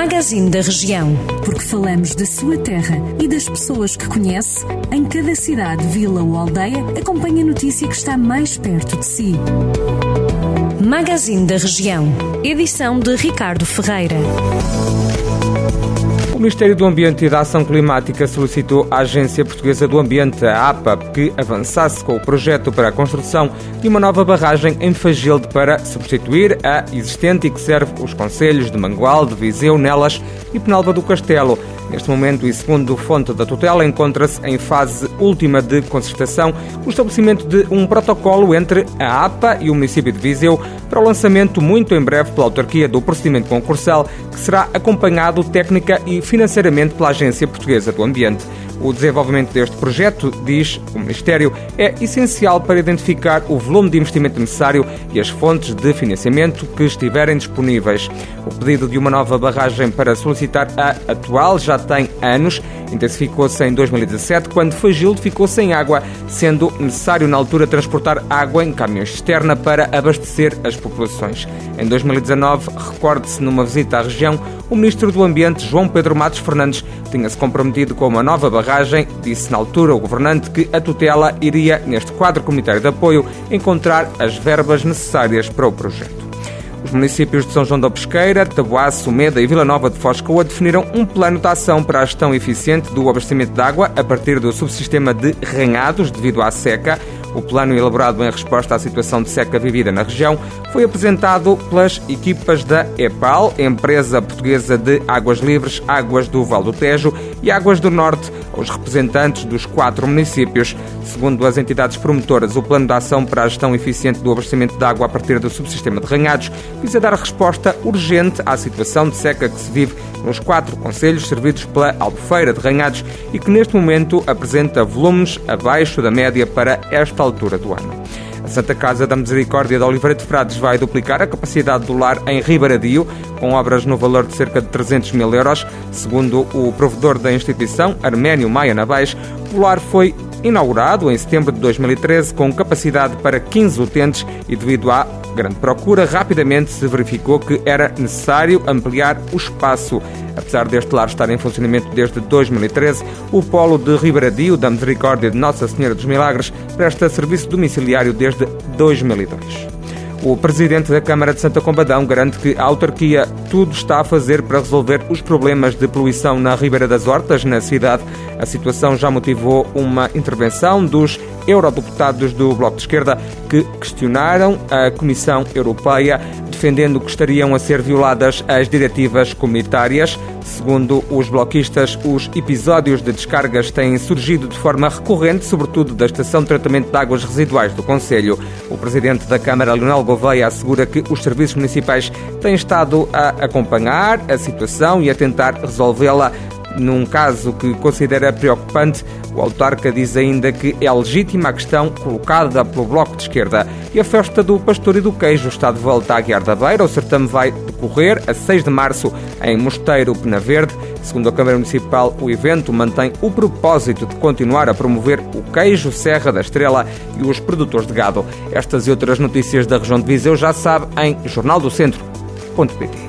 Magazine da Região. Porque falamos da sua terra e das pessoas que conhece, em cada cidade, vila ou aldeia, acompanhe a notícia que está mais perto de si. Magazine da Região. Edição de Ricardo Ferreira. O Ministério do Ambiente e da Ação Climática solicitou à Agência Portuguesa do Ambiente, a APA, que avançasse com o projeto para a construção de uma nova barragem em Fagilde para substituir a existente e que serve os concelhos de Mangualde, Viseu, Nelas e Penalva do Castelo. Neste momento, e segundo fonte da tutela, encontra-se em fase última de concertação o estabelecimento de um protocolo entre a APA e o município de Viseu para o lançamento muito em breve pela autarquia do procedimento concursal, que será acompanhado técnica e financeiramente pela Agência Portuguesa do Ambiente. O desenvolvimento deste projeto, diz o Ministério, é essencial para identificar o volume de investimento necessário e as fontes de financiamento que estiverem disponíveis. O pedido de uma nova barragem para solicitar a atual já tem anos. Intensificou-se em 2017, quando Fagilde ficou sem água, sendo necessário na altura transportar água em caminhões cisterna para abastecer as populações. Em 2019, recorde-se numa visita à região, o Ministro do Ambiente, João Pedro Matos Fernandes, tinha-se comprometido com uma nova barragem. Disse na altura o governante que a tutela iria, neste quadro comunitário de apoio, encontrar as verbas necessárias para o projeto. Os municípios de São João da Pesqueira, Taboaço, Sumeda e Vila Nova de Foscoa definiram um plano de ação para a gestão eficiente do abastecimento de água a partir do subsistema de Ranhados devido à seca. O plano, elaborado em resposta à situação de seca vivida na região, foi apresentado pelas equipas da EPAL, Empresa Portuguesa de Águas Livres, Águas do Val do Tejo e Águas do Norte, aos representantes dos 4 municípios. Segundo as entidades promotoras, o plano de ação para a gestão eficiente do abastecimento de água a partir do subsistema de Ranhados visa dar resposta urgente à situação de seca que se vive nos 4 concelhos servidos pela Albufeira de Ranhados e que neste momento apresenta volumes abaixo da média para esta altura do ano. A Santa Casa da Misericórdia de Oliveira de Frades vai duplicar a capacidade do lar em Ribaradio, com obras no valor de cerca de 300 mil euros. Segundo o provedor da instituição, Arménio Maia Navais, o lar foi inaugurado em setembro de 2013 com capacidade para 15 utentes e, devido à grande procura, rapidamente se verificou que era necessário ampliar o espaço. Apesar deste lar estar em funcionamento desde 2013, o Polo de Ribaradio da Misericórdia de Nossa Senhora dos Milagres presta serviço domiciliário desde 2002. O presidente da Câmara de Santa Combadão garante que a autarquia tudo está a fazer para resolver os problemas de poluição na Ribeira das Hortas, na cidade. A situação já motivou uma intervenção dos eurodeputados do Bloco de Esquerda que questionaram a Comissão Europeia, defendendo que estariam a ser violadas as diretivas comunitárias. Segundo os bloquistas, os episódios de descargas têm surgido de forma recorrente, sobretudo da Estação de Tratamento de Águas Residuais do Concelho. O presidente da Câmara, Leonel Gouveia, assegura que os serviços municipais têm estado a acompanhar a situação e a tentar resolvê-la. Num caso que considera preocupante, o autarca diz ainda que é legítima a questão colocada pelo Bloco de Esquerda. E a festa do Pastor e do Queijo está de volta à Guiar da Beira. O certame vai decorrer a 6 de março em Mosteiro Penaverde. Segundo a Câmara Municipal, o evento mantém o propósito de continuar a promover o queijo Serra da Estrela e os produtores de gado. Estas e outras notícias da região de Viseu já sabe em jornaldocentro.pt.